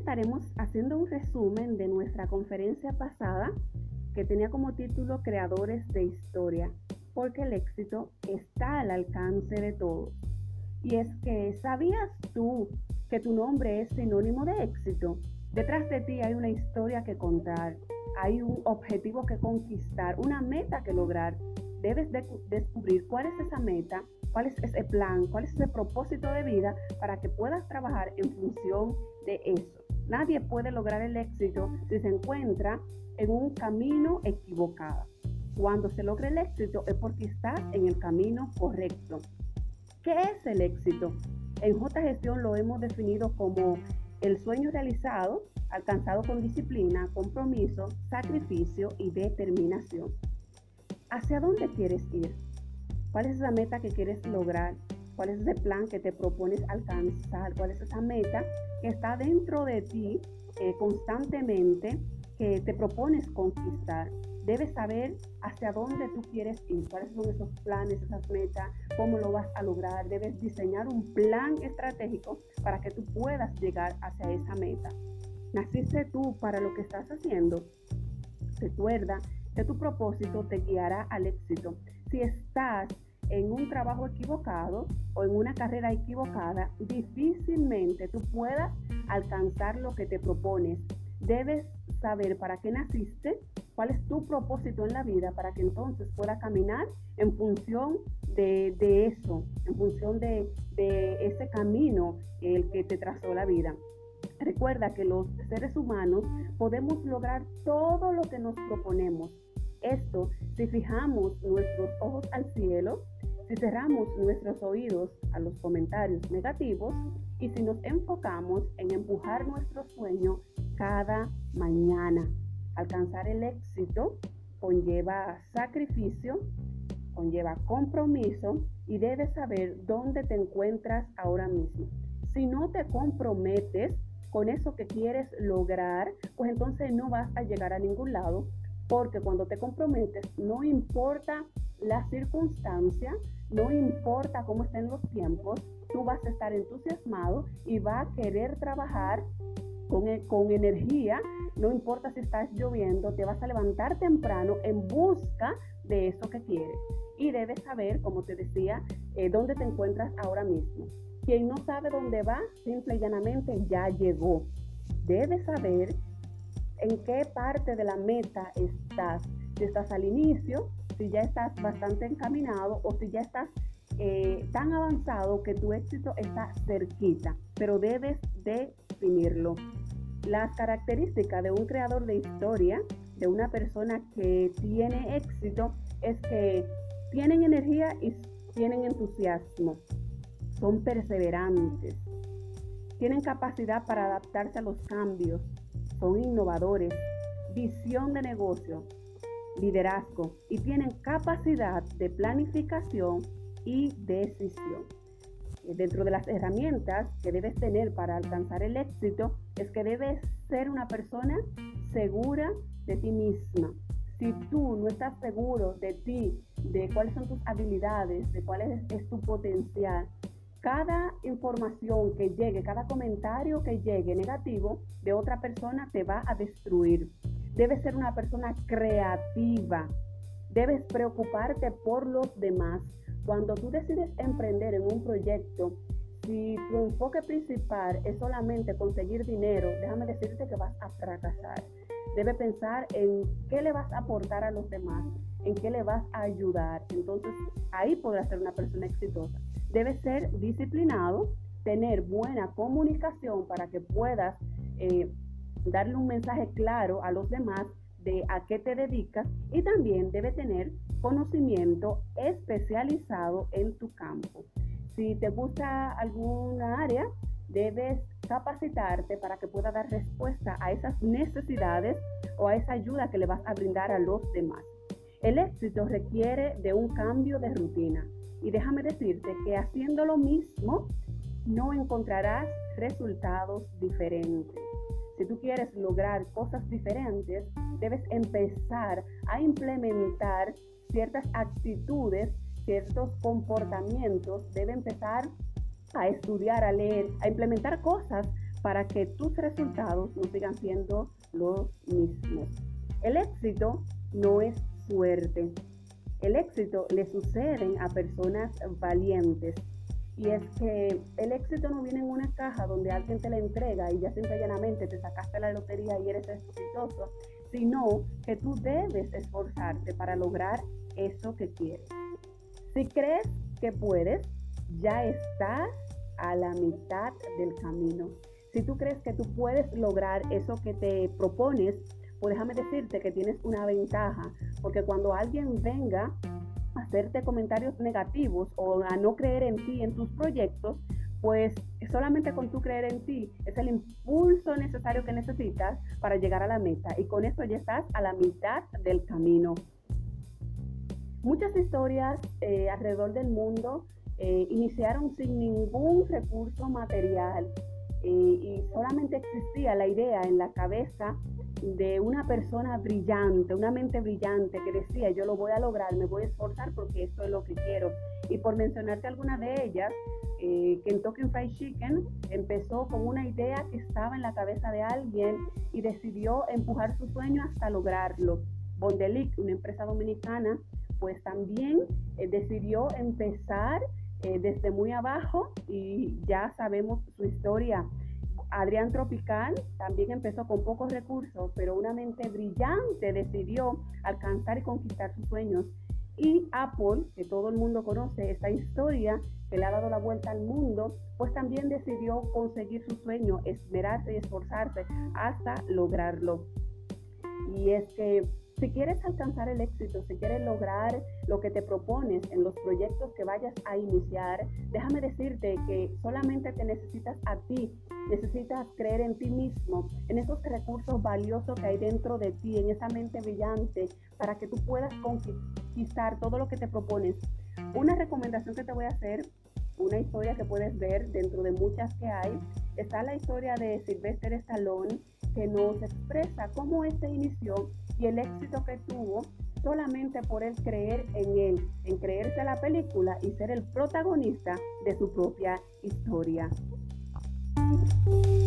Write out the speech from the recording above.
estaremos haciendo un resumen de nuestra conferencia pasada que tenía como título Creadores de Historia, porque el éxito está al alcance de todos. Y es que, ¿sabías tú que tu nombre es sinónimo de éxito? Detrás de ti hay una historia que contar, hay un objetivo que conquistar, una meta que lograr. Debes descubrir cuál es esa meta, cuál es ese plan, cuál es ese propósito de vida para que puedas trabajar en función de eso. Nadie puede lograr el éxito si se encuentra en un camino equivocado. Cuando se logra el éxito es porque estás en el camino correcto. ¿Qué es el éxito? En J Gestión lo hemos definido como el sueño realizado, alcanzado con disciplina, compromiso, sacrificio y determinación. ¿Hacia dónde quieres ir? ¿Cuál es esa meta que quieres lograr? ¿Cuál es ese plan que te propones alcanzar? ¿Cuál es esa meta que está dentro de ti constantemente que te propones conquistar? Debes saber hacia dónde tú quieres ir, cuáles son esos planes, esas metas, cómo lo vas a lograr. Debes diseñar un plan estratégico para que tú puedas llegar hacia esa meta. ¿Naciste tú para lo que estás haciendo? Recuerda que tu propósito te guiará al éxito. Si estás en un trabajo equivocado o en una carrera equivocada, difícilmente tú puedas alcanzar lo que te propones. Debes saber para qué naciste, cuál es tu propósito en la vida, para que entonces puedas caminar en función de eso, en función de ese camino el que te trazó la vida. Recuerda que los seres humanos podemos lograr todo lo que nos proponemos. Esto si fijamos nuestros ojos al cielo, si cerramos nuestros oídos a los comentarios negativos y si nos enfocamos en empujar nuestro sueño cada mañana. Alcanzar el éxito conlleva sacrificio, conlleva compromiso y debes saber dónde te encuentras ahora mismo. Si no te comprometes con eso que quieres lograr, pues entonces no vas a llegar a ningún lado, porque cuando te comprometes, no importa la circunstancia, no importa cómo estén los tiempos, tú vas a estar entusiasmado y vas a querer trabajar con energía. No importa si estás lloviendo, te vas a levantar temprano en busca de eso que quieres. Y debes saber, como te decía, dónde te encuentras ahora mismo. Quien no sabe dónde va, simple y llanamente ya llegó. Debes saber en qué parte de la meta estás. Si estás al inicio, si ya estás bastante encaminado o si ya estás tan avanzado que tu éxito está cerquita. Pero debes definirlo. Las características de un creador de historia, de una persona que tiene éxito, es que tienen energía y tienen entusiasmo. Son perseverantes, tienen capacidad para adaptarse a los cambios, son innovadores, visión de negocio, liderazgo y tienen capacidad de planificación y decisión. Dentro de las herramientas que debes tener para alcanzar el éxito es que debes ser una persona segura de ti misma. Si tú no estás seguro de ti, de cuáles son tus habilidades, de cuál es tu potencial, cada información que llegue, cada comentario que llegue negativo de otra persona te va a destruir. Debes ser una persona creativa. Debes preocuparte por los demás. Cuando tú decides emprender en un proyecto, si tu enfoque principal es solamente conseguir dinero, déjame decirte que vas a fracasar. Debes pensar en qué le vas a aportar a los demás, en qué le vas a ayudar. Entonces, ahí podrás ser una persona exitosa. Debes ser disciplinado, tener buena comunicación para que puedas darle un mensaje claro a los demás de a qué te dedicas y también debe tener conocimiento especializado en tu campo. Si te gusta alguna área, debes capacitarte para que pueda dar respuesta a esas necesidades o a esa ayuda que le vas a brindar a los demás. El éxito requiere de un cambio de rutina y déjame decirte que haciendo lo mismo no encontrarás resultados diferentes. Si tú quieres lograr cosas diferentes, debes empezar a implementar ciertas actitudes, ciertos comportamientos, debes empezar a estudiar, a leer, a implementar cosas para que tus resultados no sigan siendo los mismos. El éxito no es suerte. El éxito le sucede a personas valientes. Y es que el éxito no viene en una caja donde alguien te la entrega y ya simple y llanamente te sacaste la lotería y eres exitoso, sino que tú debes esforzarte para lograr eso que quieres. Si crees que puedes, ya estás a la mitad del camino. Si tú crees que tú puedes lograr eso que te propones, pues déjame decirte que tienes una ventaja, porque cuando alguien venga a hacerte comentarios negativos o a no creer en ti, en tus proyectos, pues solamente con tú creer en ti es el impulso necesario que necesitas para llegar a la meta, y con eso ya estás a la mitad del camino. Muchas historias alrededor del mundo iniciaron sin ningún recurso material, y solamente existía la idea en la cabeza de una persona brillante, una mente brillante que decía: yo lo voy a lograr, me voy a esforzar porque esto es lo que quiero. Y por mencionarte alguna de ellas, Kentucky Fried Chicken empezó con una idea que estaba en la cabeza de alguien y decidió empujar su sueño hasta lograrlo. Bondelic, una empresa dominicana, pues también decidió empezar desde muy abajo y ya sabemos su historia. Adrián Tropical también empezó con pocos recursos, pero una mente brillante decidió alcanzar y conquistar sus sueños. Y Apple, que todo el mundo conoce esta historia, que le ha dado la vuelta al mundo, pues también decidió conseguir su sueño, esmerarse y esforzarse hasta lograrlo. Y es que si quieres alcanzar el éxito, si quieres lograr lo que te propones en los proyectos que vayas a iniciar, déjame decirte que solamente te necesitas a ti, necesitas creer en ti mismo, en esos recursos valiosos que hay dentro de ti, en esa mente brillante, para que tú puedas conquistar todo lo que te propones. Una recomendación que te voy a hacer, una historia que puedes ver dentro de muchas que hay, está la historia de Sylvester Stallone, que nos expresa cómo este inició y el éxito que tuvo solamente por él creer en él, en creerse la película y ser el protagonista de su propia historia.